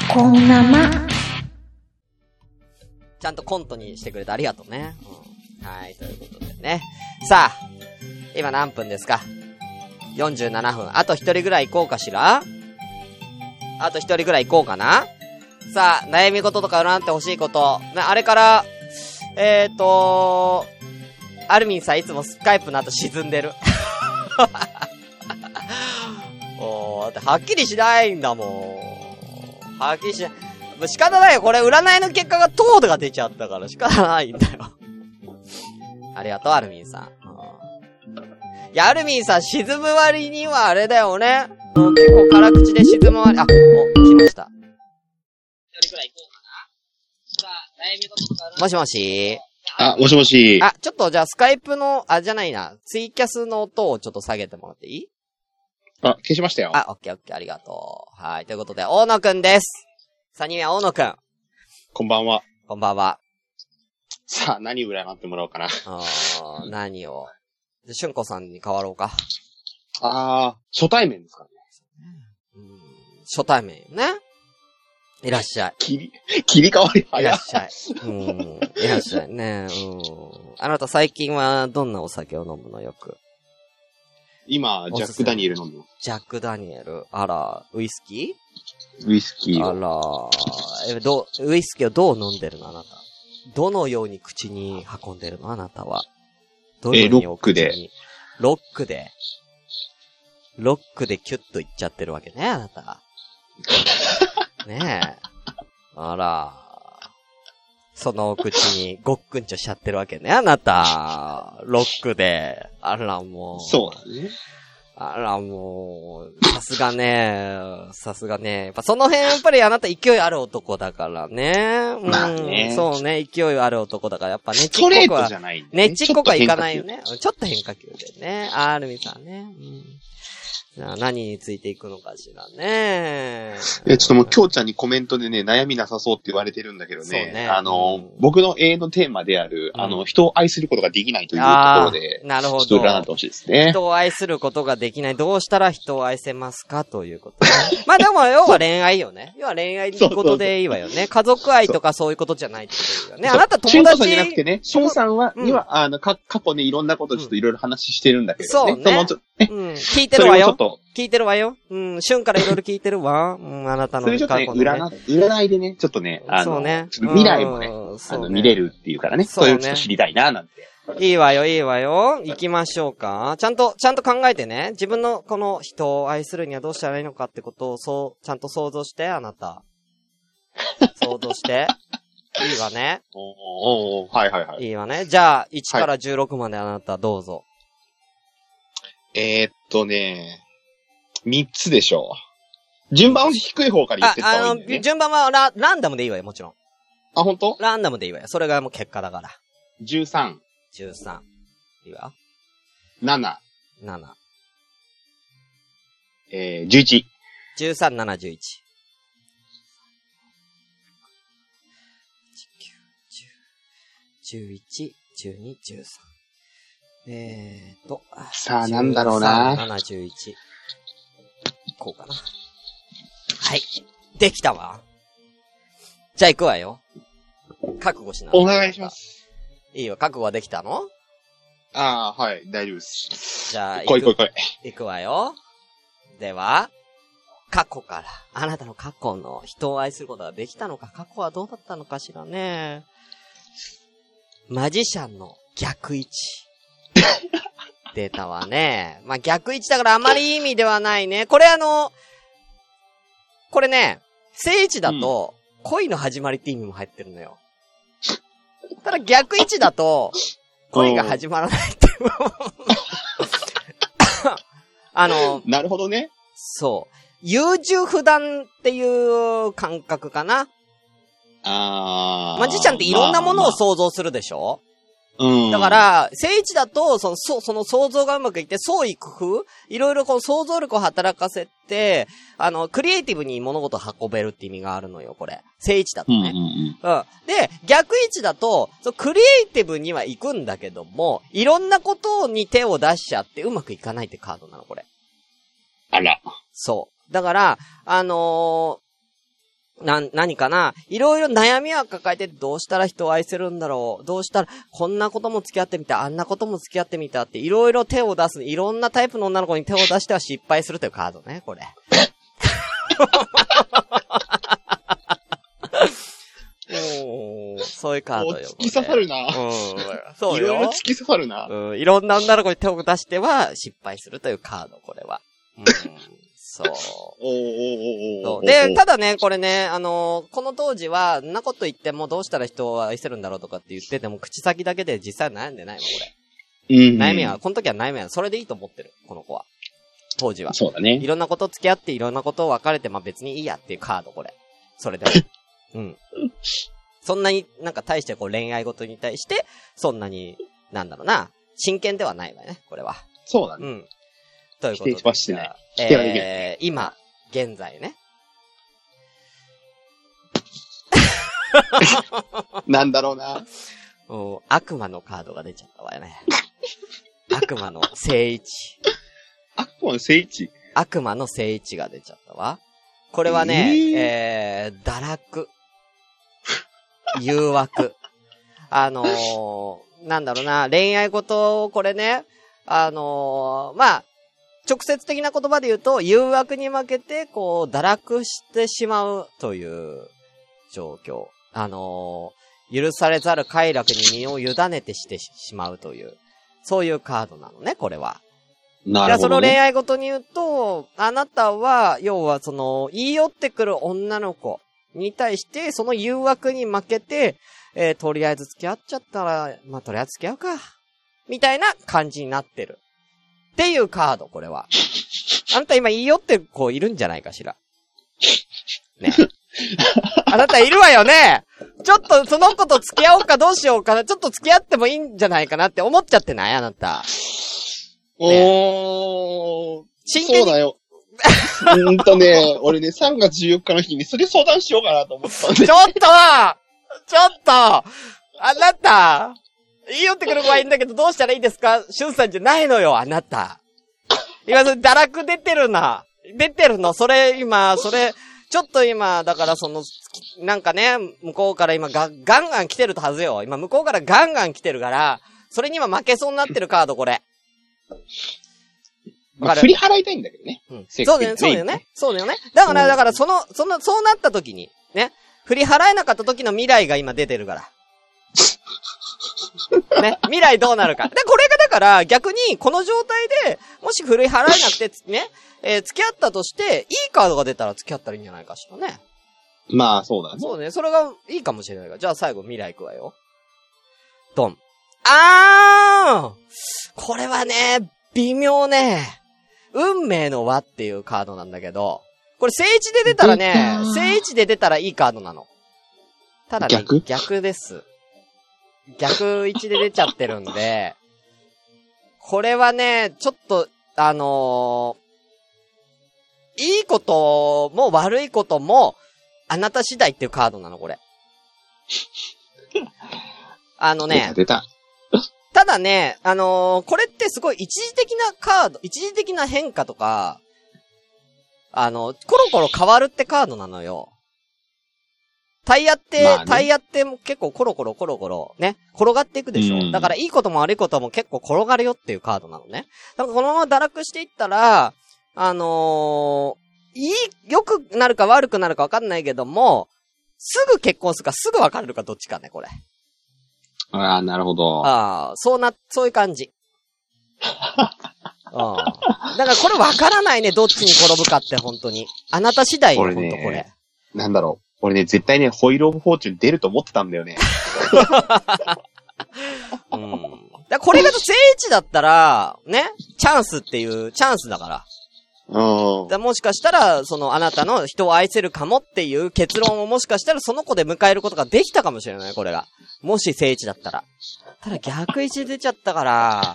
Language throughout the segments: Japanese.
こんなま。 ちゃんとコントにしてくれてありがとうね。うん、はい、ということでね。さあ、今何分ですか ?47 分。あと一人ぐらい行こうかしら？あと一人ぐらい行こうかな？さあ、悩み事とか占ってほしいこと。あれから、アルミンさんいつもスカイプの後沈んでる。だってはっきりしないんだもん。はっきりしない。仕方ないよ。これ占いの結果がトードが出ちゃったから仕方ないんだよ。ありがとう、アルミンさん。いや、アルミンさん沈む割にはあれだよね。結構辛口で沈む割、来ました。一人くらい行こうかな。さあ、悩み事とか。もしもし。 もしもし。 ちょっとじゃあスカイプの、じゃないな。ツイキャスの音をちょっと下げてもらっていい？ 消しましたよ。 オッケーオッケー、ありがとう。はい、ということで、大野くんです。3人目は大野くん。 こんばんは。 こんばんは。 さあ、何占ってもらおうかな。 何を。じゃ、しゅんこさんに変わろうか。 初対面ですかね。 初対面よね。いらっしゃい。 切り替わり早い。 いらっしゃい。いらっしゃいね。あなた最近はどんなお酒を飲むのよく？ 今、ジャックダニエル飲む。 ジャックダニエル。あら、ウイスキー？ ウイスキー。 あら、ウイスキーをどう飲んでるのあなた？どのように口に運んでるのあなたは？ ロックで。 ロックで。ロックでキュッといっちゃってるわけね、あなた。ねえ。あら。その口にごっくんちょしちゃってるわけね、あなた。ロックで。あらもう。 そうだね。 あらもう、さすがね。やっぱその辺やっぱりあなた勢いある男だからね。 まあね。 そうね、勢いある男だからやっぱね。 ストレートじゃないんで、 ねちっこくはいかないよね。ちょっと変化球でね。ルミさんね。じゃあ何についていくのかしらね。 ちょっともう、きょうちゃんにコメントでね、悩みなさそうって言われてるんだけどね。そうね。僕の永遠のテーマである、人を愛することができないというところで、 なるほど。 ちょっと占ってほしいですね。 人を愛することができない。どうしたら人を愛せますかということ、ね。まあでも、要は恋愛よね。要は恋愛のことでいいわよね。家族愛とかそういうことじゃないってことよね。あなた友達。 しゅんさんじゃなくてね、しゅんさんは、過去ね、いろんなことちょっといろいろ話してるんだけどね。 そうね。聞いてるわよ。聞いてるわよ。しゅんからいろいろ聞いてるわ。あなたの過去の、ね。 それちょっとね、占いでね、ちょっとね、 そうね。 未来もね、見れるっていうからね。そういうの知りたいな、なんて。 いいわよ。行きましょうか。ちゃんと考えてね。自分のこの人を愛するにはどうしたらいいのかってことをちゃんと想像して、あなた。想像して。いいわね。 はい。 いいわね。じゃあ、1から16まであなたどうぞ。 3つでしょう。順番を低い方から言ってった方がいいんだよね。 順番はランダムでいいわよ、もちろん。 本当？ ランダムでいいわよ。それがもう結果だから。 13。 いいわ。 7。11。 13、7、11。11、12、13。 さあ、なんだろうな。 13、7、11。こうかな。はい。できたわ。じゃあ行くわよ。覚悟しな。 お願いします。 いいよ、覚悟はできたの？ はい、大丈夫です。 じゃあ、 来い。 行くわよ。では、過去から、あなたの過去の人を愛することができたのか、過去はどうだったのかしらね。マジシャンの逆位置。出たわね。まあ、逆位置だからあまりいい意味ではないね。これこれね、正位置だと、恋の始まりって意味も入ってるのよ。ただ逆位置だと、恋が始まらないってなるほどね。 そう。優柔不断っていう感覚かな。マジシャンっていろんなものを想像するでしょ？だから、正位置だと、その想像がうまくいって、創意工夫いろいろこう想像力を働かせて、クリエイティブに物事を運べるって意味があるのよ、これ。正位置だとね。で、逆位置だと、クリエイティブには行くんだけども、いろんなことに手を出しちゃってうまくいかないってカードなの、これ。 あら。 そう。だから、 何かな、いろいろ悩みは抱えてどうしたら人を愛せるんだろう、どうしたらこんなことも付き合ってみた、あんなことも付き合ってみたっていろいろ手を出す、いろんなタイプの女の子に手を出しては失敗するというカードね、これ。そういうカードよ。 突き刺さるな。そうよ。いろいろ突き刺さるな。 いろんな女の子に手を出しては失敗するというカード、これは。そう。で、ただね、これね、この当時は、んなこと言ってもどうしたら人を愛せるんだろうとかって言ってても、口先だけで実際悩んでないもん、これ。悩みは、この時は悩みは、それでいいと思ってる、この子は。当時は。 そうだね。 いろんなこと付き合って、いろんなことを別れて、まあ別にいいやっていうカード、これ。それでも。そんなになんか大してこう恋愛事に対して、そんなに、なんだろうな、真剣ではないわね、これは。 そうだね。 ということで。 否定はしてない。否定はできない。 今、現在ね。 なんだろうな。 悪魔のカードが出ちゃったわよね。悪魔の聖一。 悪魔の聖一？ 悪魔の聖一が出ちゃったわ。これはね、堕落。誘惑。なんだろうな、恋愛事、これね、まあ、直接的な言葉で言うと、誘惑に負けて、こう、堕落してしまうという状況。許されざる快楽に身を委ねてしてしまうという、そういうカードなのね、これは。 なるほど、ね。 その恋愛事に言うと、あなたは、要はその、言い寄ってくる女の子に対して、その誘惑に負けて、とりあえず付き合っちゃったら、まあ、とりあえず付き合うか。みたいな感じになってる。っていうカード、これは。あなた今言い寄って子いるんじゃないかしら。ね。あなたいるわよね。ちょっとその子と付き合おうかどうしようかな。ちょっと付き合ってもいいんじゃないかなって思っちゃってないあなた。 真剣に。そうだよ。俺ね、3月14日の日にそれ相談しようかなと思ったんで。 ちょっとあなた言い寄ってくる子はいいんだけどどうしたらいいですか？しゅんさんじゃないのよ、あなた。今それ堕落出てるの。ちょっと今、だからなんかね、向こうから今ガンガン来てるはずよ。今向こうからガンガン来てるから、それに今負けそうになってるカード、これ。 まあ、振り払いたいんだけどね。 そうだよね。だからそうなった時に、ね、振り払えなかった時の未来が今出てるから。ね、未来どうなるか。で、これがだから、逆に、この状態で、もし振り払えなくて、ね、付き合ったとして、いいカードが出たら付き合ったらいいんじゃないかしらね。 まあ、そうだね。 そうね、それがいいかもしれないから。じゃあ最後、未来行くわよ。ドン。これはね、微妙ね。運命の輪っていうカードなんだけど、これ、聖一で出たらね、聖一で出たらいいカードなの。ただね、逆です。逆1で出ちゃってるんで、これはね、ちょっと、いいことも悪いことも、あなた次第っていうカードなの、これ。 出た。 ただね、これってすごい一時的なカード、一時的な変化とか、コロコロ変わるってカードなのよ。タイヤっても結構コロコロ、ね、転がっていくでしょ。だからいいことも悪いことも結構転がるよっていうカードなのね。だからこのまま堕落していったら、良くなるか悪くなるか分かんないけども、すぐ結婚するかすぐ別れるかどっちかね、これ。 ああ、なるほど。 そういう感じ。だからこれ分からないね、どっちに転ぶかって本当に。あなた次第よ、ほんとこれ。 なんだろう。俺ね、絶対ね、ホイールオブフォーチュン出ると思ってたんだよね。これが聖地だったら、ね、チャンスっていうチャンスだから。もしかしたら、あなたの人を愛せるかもっていう結論をもしかしたらその子で迎えることができたかもしれない、これが。もし聖地だったら。ただ逆位置出ちゃったから、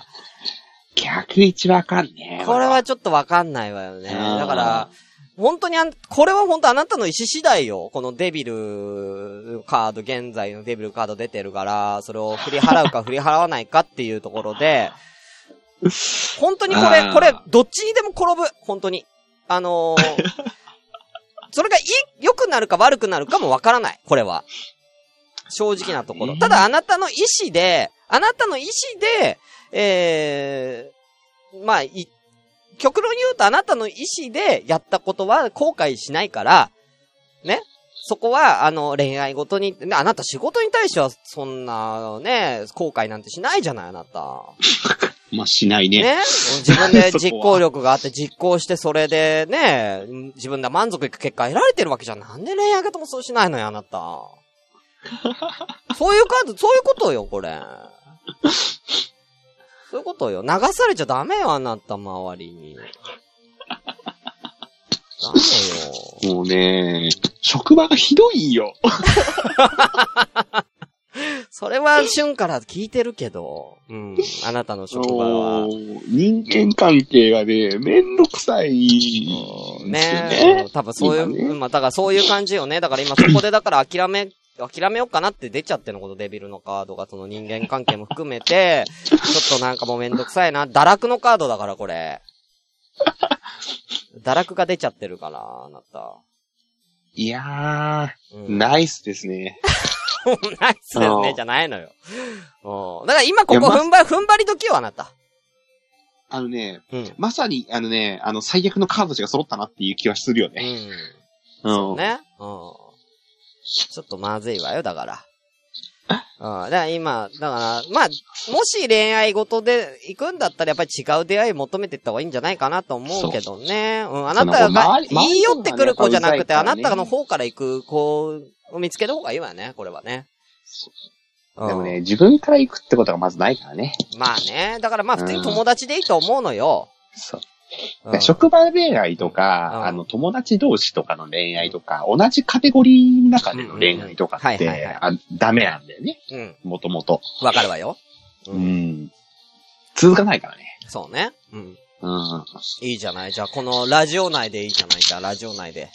逆位置わかんねえ。 これはちょっとわかんないわよね。だから、本当にこれは本当あなたの意思次第よ。このデビルカード、現在のデビルカード出てるから、それを振り払うか振り払わないかっていうところで、本当にこれ、どっちにでも転ぶ。本当に。 それが良くなるか悪くなるかもわからない。これは。正直なところ。ただあなたの意思で、まあ、極論言うとあなたの意思でやったことは後悔しないから、ね。そこは、恋愛ごとに、あなた仕事に対してはそんなね、後悔なんてしないじゃない、あなた。 まあ、しないね。 ね。自分で実行力があって実行してそれでね、自分で満足いく結果得られてるわけじゃん。なんで恋愛ごともそうしないのよ、あなた。そういうことよ、これ。そういうことよ。流されちゃダメよ、あなた、周りに。ダメよ。もうね、職場がひどいよ。 それは旬から聞いてるけど、うん、あなたの職場は。 人間関係がね、めんどくさいね。多分そういう、まあ、だからそういう感じよね。だから今そこでだから諦めようかなって出ちゃってるの、このデビルのカードが、その人間関係も含めて、ちょっとなんかもうめんどくさいな。堕落のカードだから、これ。堕落が出ちゃってるから、あなた。 いやー、ナイスですね。 ナイスですね、じゃないのよ。だから今ここ踏ん張り時よ、あなた。 まさに、最悪のカードたちが揃ったなっていう気はするよね。 そうね。ちょっとまずいわよ、だから。だから今、まあ、もし恋愛ごとで行くんだったらやっぱり違う出会い求めていった方がいいんじゃないかなと思うけどね。あなたが言い寄ってくる子じゃなくて、あなたの方から行く子を見つけた方がいいわよね、これはね。 でもね、自分から行くってことがまずないからね。 まあね。だからまあ普通に友達でいいと思うのよ。 そう。職場恋愛とか、友達同士とかの恋愛とか、同じカテゴリーの中での恋愛とかって、ダメなんだよね。もともと。 わかるわよ。 続かないからね。 そうね。いいじゃない。じゃあこのラジオ内でいいじゃない。じゃあラジオ内で。いや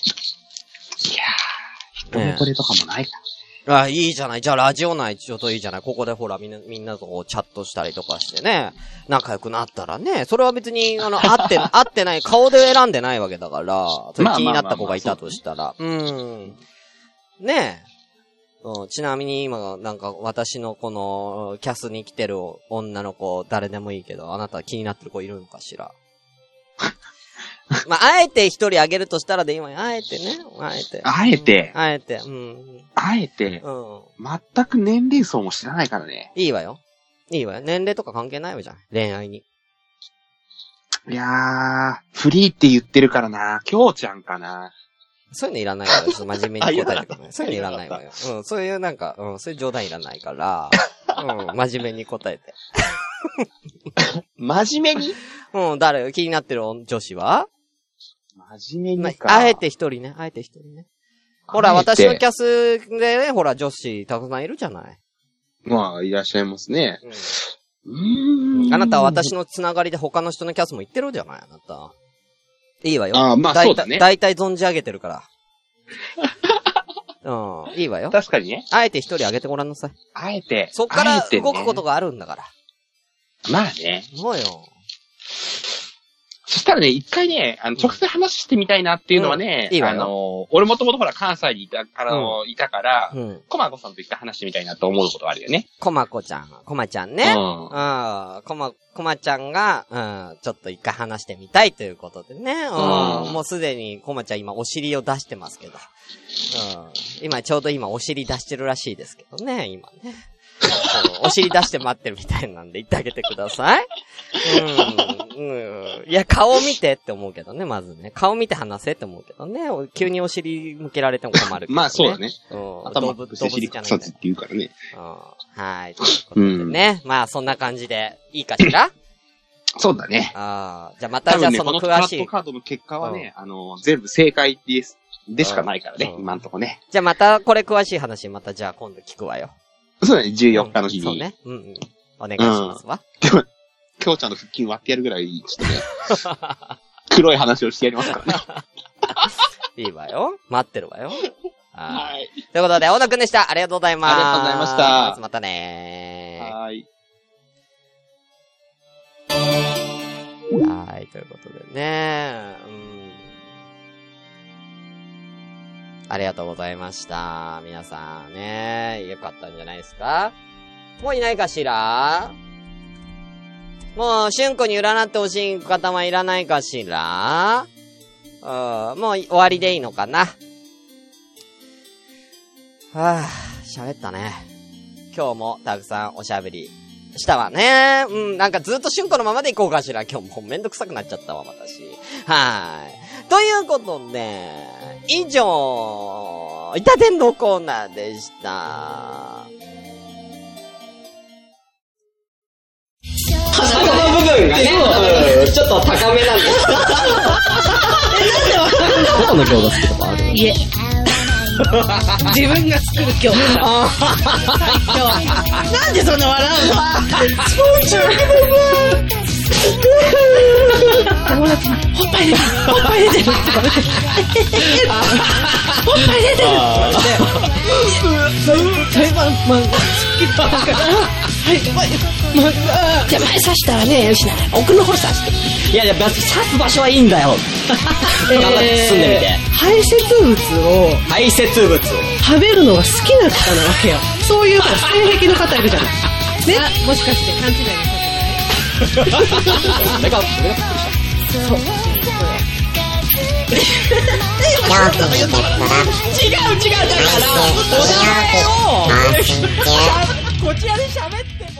ー、一目惚れとかもないから。 いいじゃない。じゃあラジオ内ちょっといいじゃない。ここでほらみんなとこうチャットしたりとかしてね。仲良くなったらね。それは別に、会ってない、顔で選んでないわけだから、それ気になった子がいたとしたら。ねえ。ちなみに今、なんか私のこの、キャスに来てる女の子、誰でもいいけど、あなた気になってる子いるのかしら。まあ、あえて一人あげるとしたらで今、あえて。 全く年齢層も知らないからね。 いいわよ。年齢とか関係ないわじゃん。恋愛に。 いやー、フリーって言ってるからな。きょうちゃんかな。 そういうのいらないわよ。真面目に答えてください。そういうのいらないわよ。そういうなんか、そういう冗談いらないから、真面目に答えて。 真面目に？ 誰気になってる女子は？ 真面目にか。 あえて一人ね。ほら、私のキャスでね、ほら、女子たくさんいるじゃない。 まあ、いらっしゃいますね。 あなたは私のつながりで他の人のキャスも言ってるじゃない、あなた。いいわよ。 まあそうだね。 大体存じ上げてるから。いいわよ。 確かにね。 あえて一人あげてごらんなさい。 あえて。 そっから動くことがあるんだから。 まあね。 そうよ。 そしたらね、一回ね、直接話してみたいなっていうのはね、 いいわよ。 俺もともとほら関西にいたから、コマコさんと一回話してみたいなと思うことがあるよね。 コマちゃんね。コマちゃんが、ちょっと一回話してみたいということでね。もうすでにコマちゃん今お尻を出してますけど。今ちょうどお尻出してるらしいですけどね、今ね。お尻出して待ってるみたいなんで言ってあげてください。いや、顔見てって思うけどね、まずね。顔見て話せって思うけどね。急にお尻向けられても困るけどね。 まあそうだね。 頭ぶって尻隠さずって言うからね。 はい。ということでね。まあそんな感じでいいかしら？ そうだね。 じゃあまたじゃあその詳しい。 このカードの結果はね、全部正解でしかないからね、今んとこね。 じゃあまたこれ詳しい話またじゃあ今度聞くわよ。 そうだね、14日の日に。 そうね。お願いしますわ。 でも、きょうちゃんの腹筋割ってやるぐらい、ちょっとね、黒い話をしてやりますからね。 いいわよ。待ってるわよ。 はい。 ということで、小野くんでした。ありがとうございます。 ありがとうございました。 またねー。 はい。 はい、ということでね。 ありがとうございました。皆さんね、よかったんじゃないですか？もういないかしら？もう、春子に占ってほしい方はいらないかしら？もう終わりでいいのかな？はぁ、喋ったね。今日もたくさんおしゃべりしたわね。なんかずっと春子のままでいこうかしら。今日もうめんどくさくなっちゃったわ、私。はーい。ということで、以上、いたてんのコーナーでした。この部分がね、ちょっと高めなんです。どこの餃子好きとかある？いえ。 自分が作る餃子。なんでそんな笑うの？友達にほっぱい出てるって言われて、ほっぱい出てるって言われて、それは漫画好きだから、漫画じゃあ前刺したらね、よしな、奥の方刺して。 いや、刺す場所はいいんだよ。頑張って進んでみて。 排泄物を食べるのが好きな方なわけよ。そういう性癖の方いるじゃない。ね、もしかして勘違いなさってない？ 俺がそう。違うだからこちらで喋っても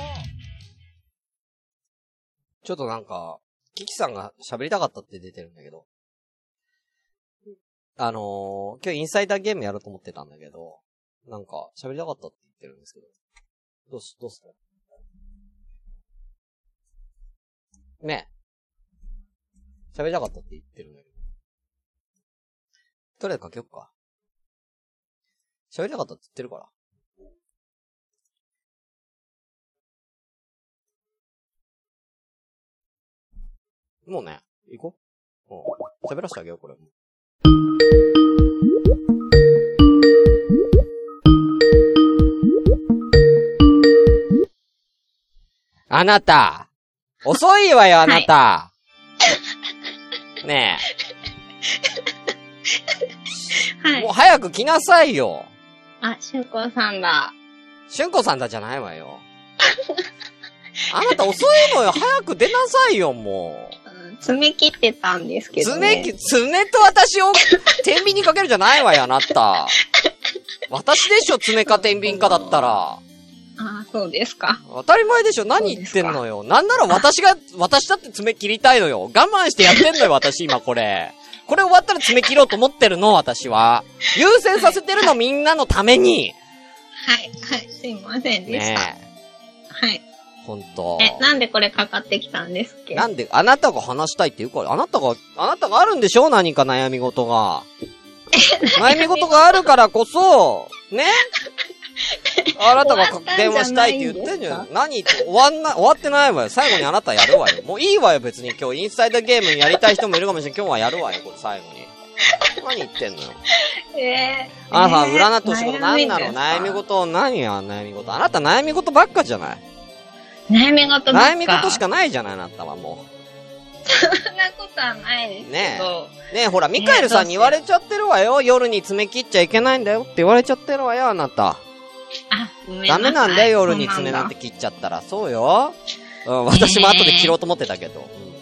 ちょっとなんかキキさんが喋りたかったって出てるんだけど今日インサイダーゲームやろうと思ってたんだけどなんか喋りたかったって言ってるんですけどどうすかね喋りたかったって言ってるんだけどとりあえずかけよっか。喋りたかったって言ってるから。もうね、行こう。喋らせてあげよう、これ。あなた遅いわよ、あなた、はい、ねえ。はい。もう早く来なさいよ。 あ、春子さんだ。 春子さんだじゃないわよ。あなた遅いのよ。早く出なさいよ、もう。 爪切ってたんですけどね。 爪と私を天秤にかけるじゃないわよ、あなた。私でしょ、爪か天秤かだったら。 ああ、そうですか。 当たり前でしょ、何言ってんのよ。なんなら私だって爪切りたいのよ。我慢してやってんのよ、私今これ。これ終わったら爪切ろうと思ってるの、私は。優先させてるの、みんなのために。 はい、すいませんでした。ね、はい。 ほんと。 なんでこれかかってきたんですっけ？ なんで、あなたが話したいって言うから、あなたがあるんでしょ？何か悩み事が。悩み事があるからこそ、ね？あなたが電話したいって言ってんじゃん。何って終わってないわよ。最後にあなたやるわよ。もういいわよ、別に。今日インサイダーゲームやりたい人もいるかもしれん。今日はやるわよ、これ最後に。何言ってんのよ。あなた、占ってほしいこと何なの？悩み事、何や、悩み事。あなた悩み事ばっかじゃない。 悩み事ばっか。 悩み事しかないじゃない、あなたはもう。 そんなことはないですけど。ねえ、ほら、ミカエルさんに言われちゃってるわよ。夜に爪切っちゃいけないんだよって言われちゃってるわよ、あなた。 ごめんなさい。 ダメなんだよ、夜に爪なんて切っちゃったら。そうよ。私も後で切ろうと思ってたけど。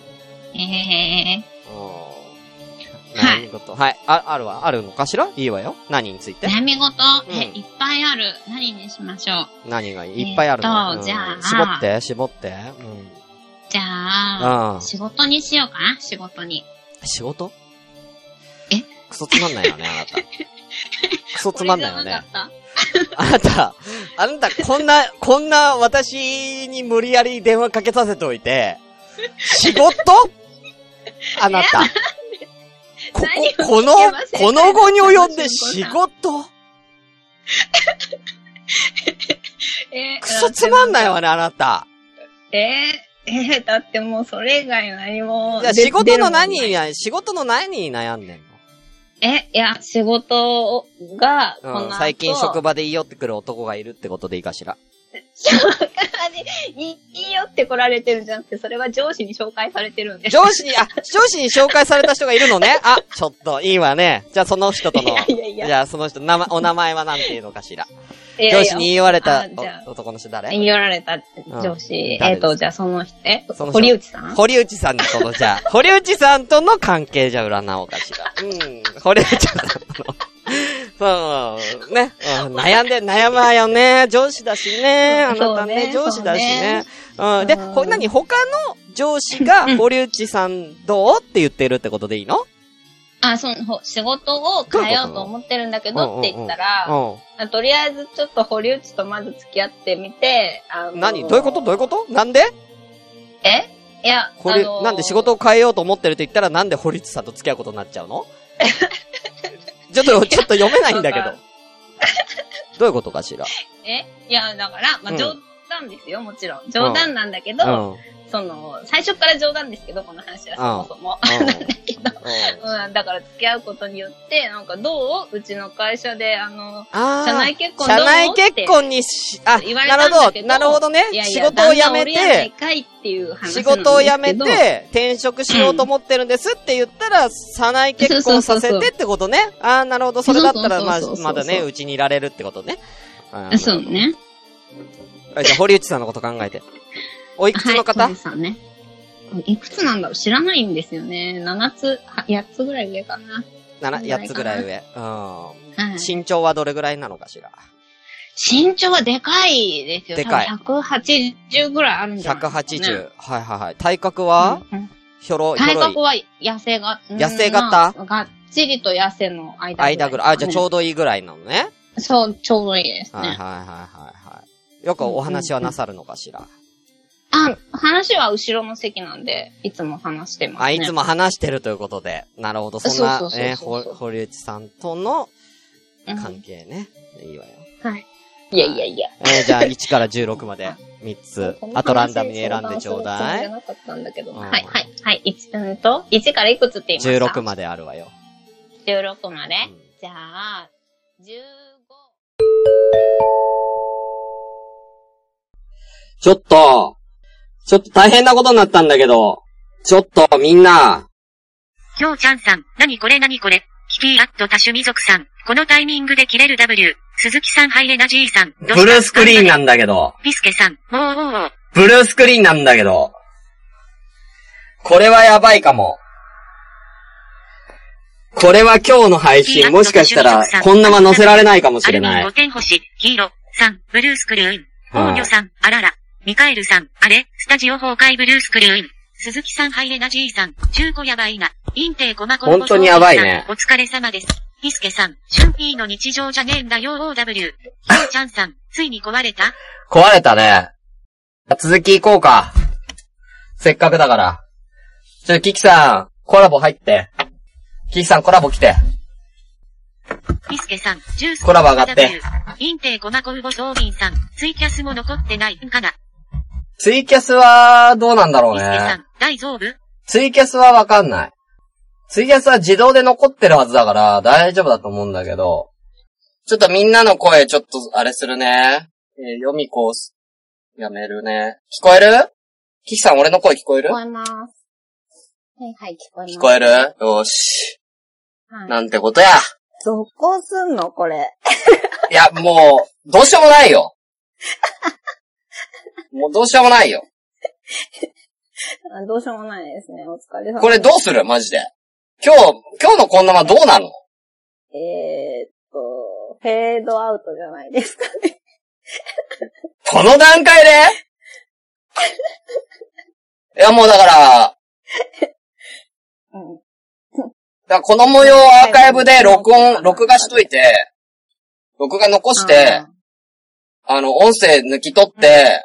悩み事。はい。あるわ。あるのかしら？いいわよ。何について？ 悩み事、いっぱいある。何にしましょう。 何がいい？いっぱいあるの。 じゃあ。 絞って。 じゃあ、仕事にしようかな？仕事に。 仕事？クソつまんないよね、あなた。クソつまんないよね。あなた、こんな私に無理やり電話かけさせておいて、仕事？あなた。この後に及んで仕事？クソつまんないわね、あなた。 だってもうそれ以外何も。 じゃあ仕事の何に悩んでんの？ いや、仕事が、 最近職場で言い寄ってくる男がいるってことでいいかしら。 職場にいいよって来られてるんじゃなくて、それは上司に紹介されてるんです。 上司に紹介された人がいるのね。あ、ちょっといいわね。じゃあその人との、じゃあその人、お名前はなんていうのかしら。上司に言われた男の人誰？ 言われた上司。じゃあその人、堀内さん？ 堀内さんとの、じゃあ、堀内さんとの関係じゃ占おうかしら。堀内さんとの。そう、ね。悩むわよね。上司だしね。あなたね、上司だしね。で、他の上司が堀内さんどうって言ってるってことでいいの？ 仕事を変えようと思ってるんだけどって言ったら、とりあえずちょっと堀内とまず付き合ってみて、 どういうことなんで？ いや、 なんで仕事を変えようと思ってるって言ったらなんで堀内さんと付き合うことになっちゃうの？ちょっと読めないんだけど。どういうことかしら？ いや、だから、冗談ですよ、もちろん。冗談なんだけど、最初から冗談ですけど、この話はそもそも。なんだけど、だから付き合うことによって、なんかどう？うちの会社で、社内結婚どう？ 社内結婚に言われたんだけど。 なるほどね。仕事を辞めて、仕事を辞めて、転職しようと思ってるんですって言ったら、社内結婚させてってことね。なるほど。それだったら、まだね、うちにいられるってことね。 そうね。 じゃあ、堀内さんのこと考えて。おいくつの方？ 堀内さんね。いくつなんだろう？知らないんですよね。8つぐらい上かな。 8つぐらい上。身長はどれぐらいなのかしら？ 身長はでかいですよ。でかい。180ぐらいあるんじゃないですか、ね。 180。はい。体格は？ 体格は痩せ型？がっちりと痩せの間ぐらい。 じゃあちょうどいいぐらいなのね。 そう、ちょうどいいですね。 はい。よくお話はなさるのかしら？ 話は後ろの席なんで、いつも話してますね。 いつも話してるということで。なるほど。そんな、堀内さんとの関係ね。いいわよ。 はい。いや。 じゃあ、1から16まで3つ。あとランダムに選んでちょうだい。 はい。1からいくつって言いました？ 16 まであるわよ。 16まで？じゃあ、15。 ちょっと大変なことになったんだけど、ちょっとみんな。 きょうちゃんさん、何これキティアット多趣味族さん、このタイミングで切れる W、鈴木さんハイレナ G さん、 ブルースクリーンなんだけど。 ピスケさん、 ブルースクリーンなんだけど。これはやばいかも。これは今日の配信、もしかしたら、こんなま載せられないかもしれない。 5点星、黄色、3、ブルースクリーン、大魚さん、あらら。ミカエルさん、スタジオ崩壊ブルースクリーン。鈴木さんハイレナ G さん、15やばいな。インテイコマコ本当にやばいね。 お疲れ様です。ピスケさん、シュンピーの日常じゃねえんだよ OW。ひょうちゃんさん、ついに壊れた？ 壊れたね。続き行こうか。せっかくだから。キキさん、コラボ入って。キキさんコラボ来て。 ピスケさん、ジュースコラボ上がって。 インテイコマコウボソービンさん、ツイキャスも残ってないんかな。 ツイキャスは、どうなんだろうね。 ピスケさん、大丈夫？ ツイキャスはわかんない。ツイキャスは自動で残ってるはずだから、大丈夫だと思うんだけど。ちょっとみんなの声、ちょっと、あれするね。ヨミコやめるね。聞こえる？キキさん、俺の声聞こえる？ 聞こえます。はい、聞こえます。 聞こえる？よーし。はい。なんてことや。 どこすんのこれ。 いや、もう、どうしようもないよ。もうどうしようもないよ。 どうしようもないですね。お疲れ様です。 これどうする？マジで。今日のこんなまどうなの？ フェードアウトじゃないですかね。 この段階でいや、もうだから、この模様をアーカイブで録画しといて、録画残して、音声抜き取って、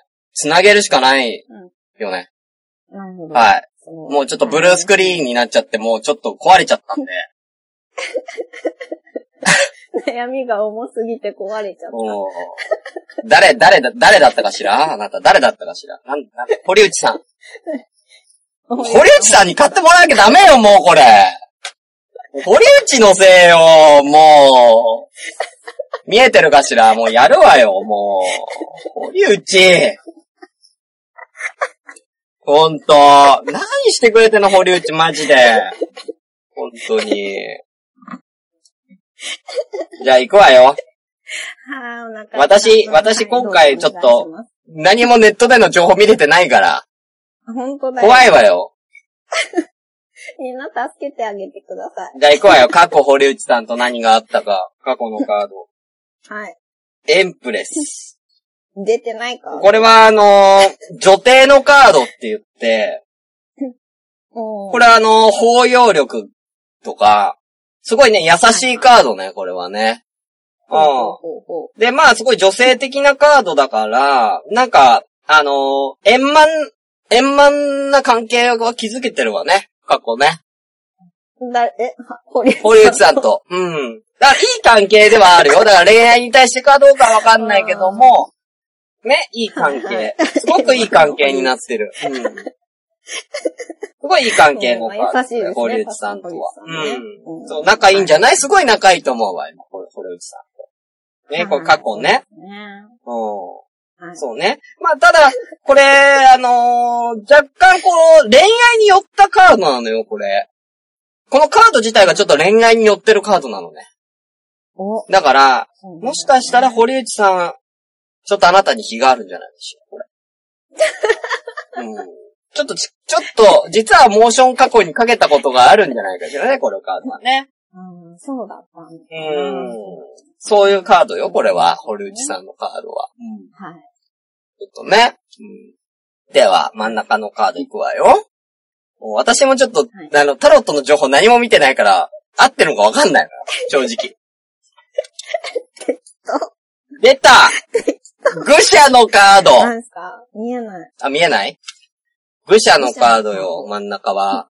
繋げるしかないよね。 なるほど。 はい。もうちょっとブルースクリーンになっちゃって、もうちょっと壊れちゃったんで。 悩みが重すぎて壊れちゃった。 誰だったかしら？あなた、誰だったかしら？堀内さん。堀内さんに買ってもらわなきゃダメよ、もうこれ。堀内のせいよ、もう。 見えてるかしら？もうやるわよ、もう。堀内。ほんと。何してくれてんの、堀内、マジで。ほんとに。じゃあ行くわよ。私今回ちょっと、何もネットでの情報見れてないから。 本当だよ。 怖いわよ。 みんな助けてあげてください。 じゃあ行くわよ。過去堀内さんと何があったか。過去のカード。 はい。 エンプレス。 出てないか。 これは女帝のカードって言って、これは包容力とか、すごいね、優しいカードね、これはね。で、まあ、すごい女性的なカードだから、なんか、円満な関係が築けてるわね、過去ね。堀内さんと。うん。だから、いい関係ではあるよ。だから、恋愛に対してかどうかわかんないけども、ね、いい関係。すごくいい関係になってる。うん。すごいいい関係のカード。堀内さんとは。うん。そう、仲いいんじゃない？すごい仲いいと思うわ、今、堀内さんと。ね、これ過去ね。そうね。まあ、ただ、これ、若干恋愛に寄ったカードなのよ、これ。このカード自体がちょっと恋愛に寄ってるカードなのね。だから、もしかしたら堀内さん、ちょっとあなたに非があるんじゃないでしょう、これ。ちょっと、実はモーション過去にかけたことがあるんじゃないかしらね、このカードはね。 そうだったんだ。 そういうカードよ、これは。堀内さんのカードは。 はい。 ちょっとね。では、真ん中のカードいくわよ。私もちょっと、タロットの情報何も見てないから、合ってるのかわかんないのよ、正直。出た愚者のカード。 何ですか？見えない。 あ、見えない？愚者のカードよ、真ん中は。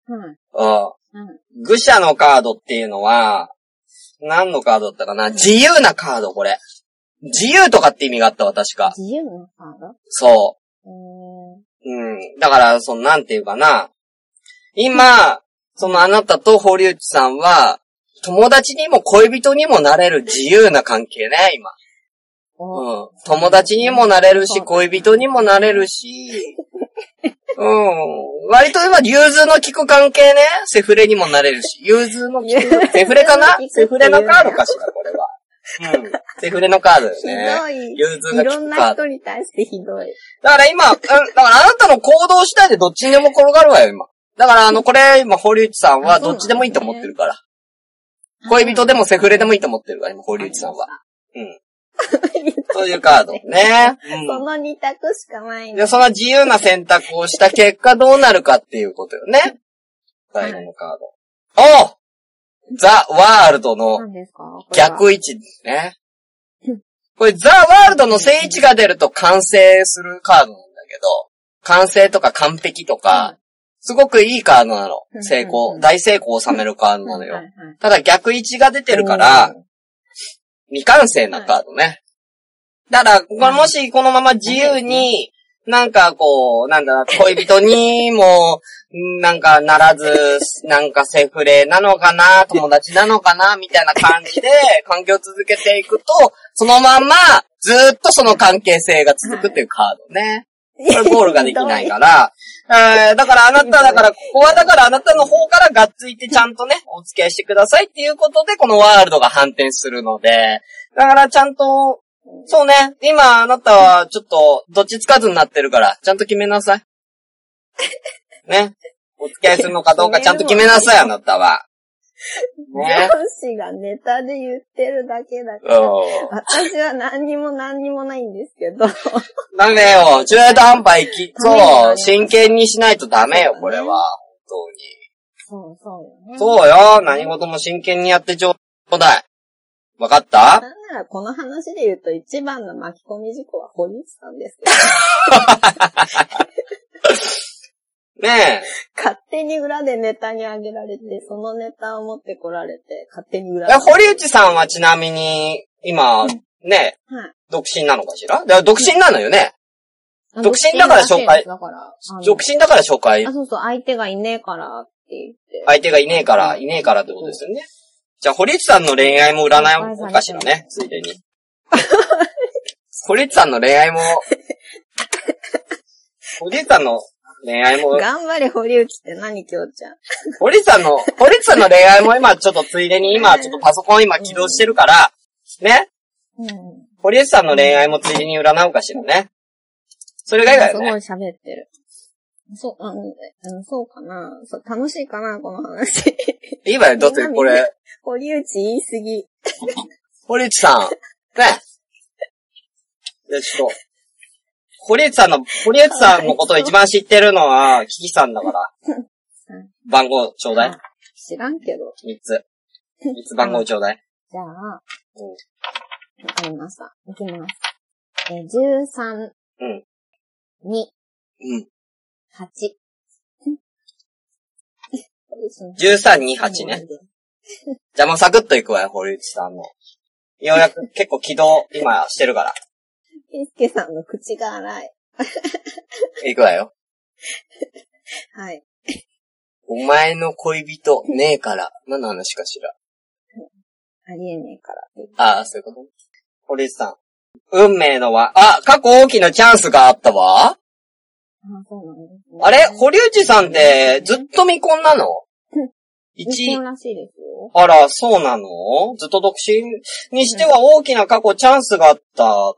愚者のカードっていうのは、何のカードだったかな？自由なカード、これ。自由とかって意味があったわ、確か。 自由なカード？ そう。だから、なんていうかな。今、あなたと堀内さんは、友達にも恋人にもなれる自由な関係ね、今。友達にもなれるし、恋人にもなれるし、割と今、融通の利く関係ね。セフレにもなれるし。融通の利く。セフレかな？セフレのカードかしら、これは。セフレのカードですね。 ひどい。 融通が利くカード。 いろんな人に対してひどい。 だから今、だからあなたの行動次第でどっちにでも転がるわよ、今。だからこれ、今、堀内さんはどっちでもいいと思ってるから。恋人でもセフレでもいいと思ってるから、今、堀内さんは。そういうカードね。 その2択しかないんで、その自由な選択をした結果どうなるかっていうことよね。最後のカード。ザ・ワールドの逆位置ですね。これザ・ワールドの正位置が出ると完成するカードなんだけど、完成とか完璧とか、すごくいいカードなの。大成功を収めるカードなのよ。ただ逆位置が出てるから、未完成なカードね。だから、もしこのまま自由に、なんか恋人にも、なんかならず、なんかセフレなのかな、友達なのかな、みたいな感じで、関係を続けていくと、そのまま、ずーっとその関係性が続くっていうカードね。これゴールができないから、だからここはあなたの方からがっついてちゃんとね、お付き合いしてくださいっていうことで、このワールドが反転するので、だからちゃんと、そうね、今あなたはちょっと、どっちつかずになってるから、ちゃんと決めなさい。ね。お付き合いするのかどうかちゃんと決めなさい、あなたは。 ね、上司がネタで言ってるだけだから、私は何にもないんですけど。 ダメよ、中途半端そう、真剣にしないとダメよ、これは。本当に。 そうよね。 そうよ、何事も真剣にやってちょうだい。わかった？ なんならこの話で言うと一番の巻き込み事故は堀内さんですけど。 ねえ。 勝手に裏でネタにあげられて、そのネタを持ってこられて、勝手に裏で。 堀内さんはちなみに、今、ね、独身なのかしら？独身なのよね。独身だから紹介。独身だから紹介。 そう、相手がいねえからって言って。 相手がいねえからってことですよね。 じゃあ、堀内さんの恋愛も占おうかしらね、ついでに。堀内さんの恋愛も、堀内さんの恋愛も。 頑張れ、堀内って何、きょうちゃん。 堀内さんの恋愛も今ちょっとついでに今ちょっとパソコン今起動してるから、ね。堀内さんの恋愛もついでに占おうかしらね。それがいいわよね。 すごい喋ってる。そうかな。楽しいかな、この話。 いいわよ、だってこれ。 堀内言いすぎ。 堀内さん。ね。で、ちょっと。堀内さんのことを一番知ってるのは、キキさんだから。番号ちょうだい。 知らんけど。 3つ番号ちょうだい。 じゃあ、わかりました。いきます。13、2、8。 13、2、8ね。じゃあもうサクッといくわよ、堀内さんの。ようやく結構起動今してるから。 ケイスケさんの口が荒い。 いくわよ。 はい。 お前の恋人ねえから。何の話かしら。 ありえねえから。 ああ、そういうこと。堀内さん。運命の輪。過去大きなチャンスがあったわ。 そうなんですね。 あれ堀内さんってずっと未婚なの？ 未婚らしいですよ。 あら、そうなの？ずっと独身にしては大きな過去チャンスがあったって。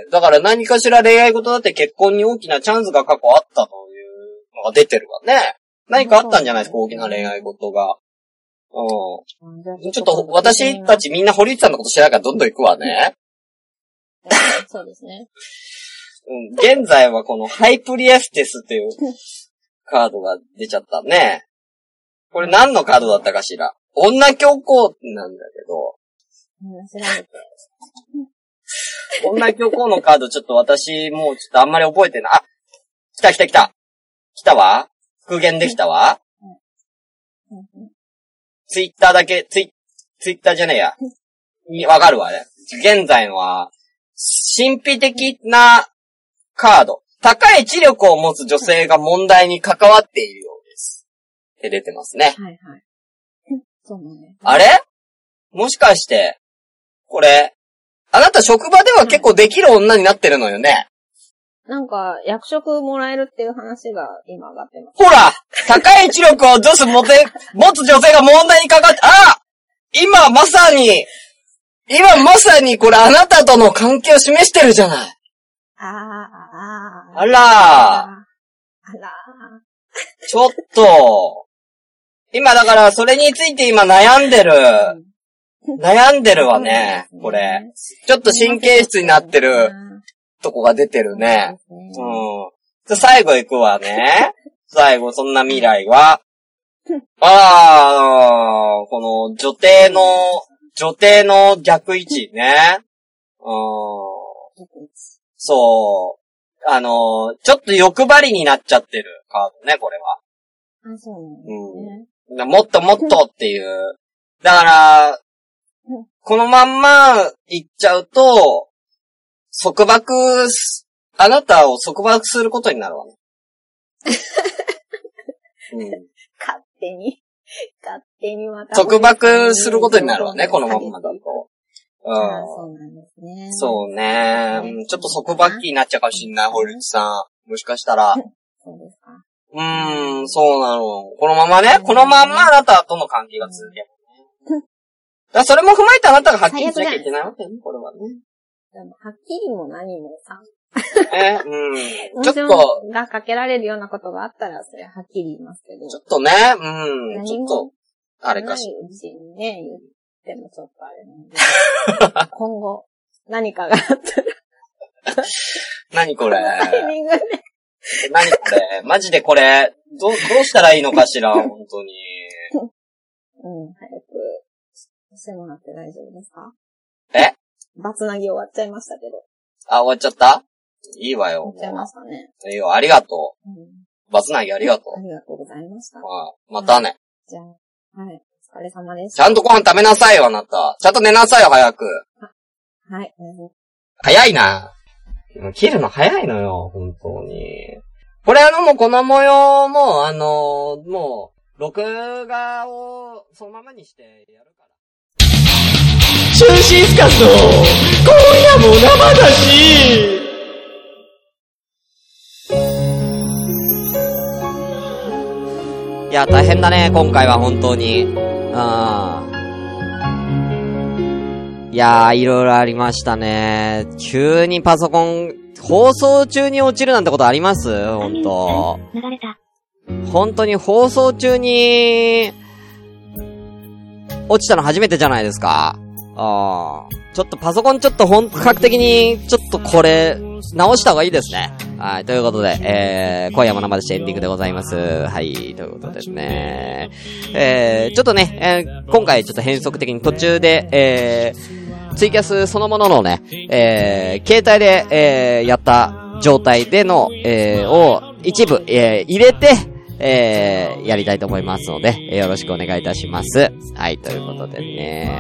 だから何かしら恋愛事だって結婚に大きなチャンスが過去あったというのが出てるわね。何かあったんじゃないですか、大きな恋愛事が。ちょっと私たちみんな堀内さんのこと知らないからどんどん行くわね。 そうですね。 現在はこのハイプリエステスっていうカードが出ちゃったね。これ何のカードだったかしら。女教皇なんだけど。 調べて。 女教皇のカードちょっと私もうちょっとあんまり覚えてない。来た。来たわ。復元できたわ。ツイッターだけ、ツイッターじゃねえや。わかるわね。現在のは、神秘的なカード。高い知力を持つ女性が問題に関わっているようです。って出てますね。 はい。そうね。 あれ？もしかして、これ、あなた職場では結構できる女になってるのよね。 なんか、役職もらえるっていう話が今上がってます。 ほら！高い知力を持つ女性が問題にかかって、今まさにこれあなたとの関係を示してるじゃない。あら。ちょっと。今だからそれについて今悩んでるわね。これ。ちょっと神経質になってるとこが出てるね。最後行くわね。最後そんな未来は。この女帝の逆位置ね。そう。ちょっと欲張りになっちゃってるカードね、これは。 そうなんですね。 もっともっとっていう。だから、このまんま行っちゃうと、あなたを束縛することになるわね。 勝手にまた。 束縛することになるわね、このまんまだと。 そうなんですね。 そうね。ちょっと束縛期になっちゃうかもしんない、堀内さん。もしかしたら。 そうですか。 そうなの。このままあなたとの関係が続けるね。だそれも踏まえてあなたがはっきりしなきゃいけないわけね、これはね。 でも、はっきりも何もさ。 ちょっと。 がかけられるようなことがあったら、それははっきり言いますけど。 ちょっとね、ちょっと、あれかしら。 うちにね、言ってもちょっとあれなんで。今後、何かがあったら。 何これ。 タイミングで。 何これ。マジでこれ、どうしたらいいのかしら、本当に。 早く、してもらって大丈夫ですか？バツナギ終わっちゃいましたけど。 終わっちゃった？いいわよ。 終わっちゃいましたね。 いいよ、ありがとう。バツナギありがとう。 ありがとうございました。 またね。 じゃあ、お疲れ様です。 ちゃんとご飯食べなさいよ、あなた。ちゃんと寝なさいよ、早く。 はい。 早いな。切るの早いのよ、本当に。これもうこの模様も、もう、録画をそのままにしてやるから。 シュンシスカスの今夜も生だし。 いや、大変だね、今回は本当に。いやー、いろいろありましたね。急にパソコン、放送中に落ちるなんてことあります？本当。本当に放送中に、落ちたの初めてじゃないですか。ちょっとパソコンちょっと本格的に、ちょっとこれ、直した方がいいですね。はい、ということで、今夜も生でしてエンディングでございます。はい、ということですね。ちょっとね、今回ちょっと変則的に途中で、ツイキャスそのもののね、携帯で、やった状態での、を一部、入れて、やりたいと思いますので、よろしくお願いいたします。はい、ということでね、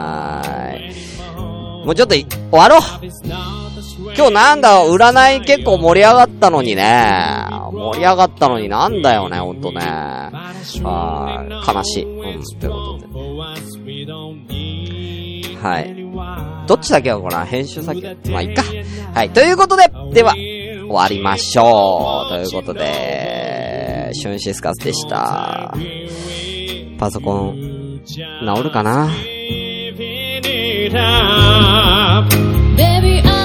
もうちょっと終わろう。今日なんだ、占い結構盛り上がったのにね。盛り上がったのになんだよね、ほんとね。悲しい。ということで。はい。どっちだけはこれ編集先まあ、いっか。はい。ということで、では、終わりましょう。ということで、シュンシスカスでした。パソコン、治るかな？Baby,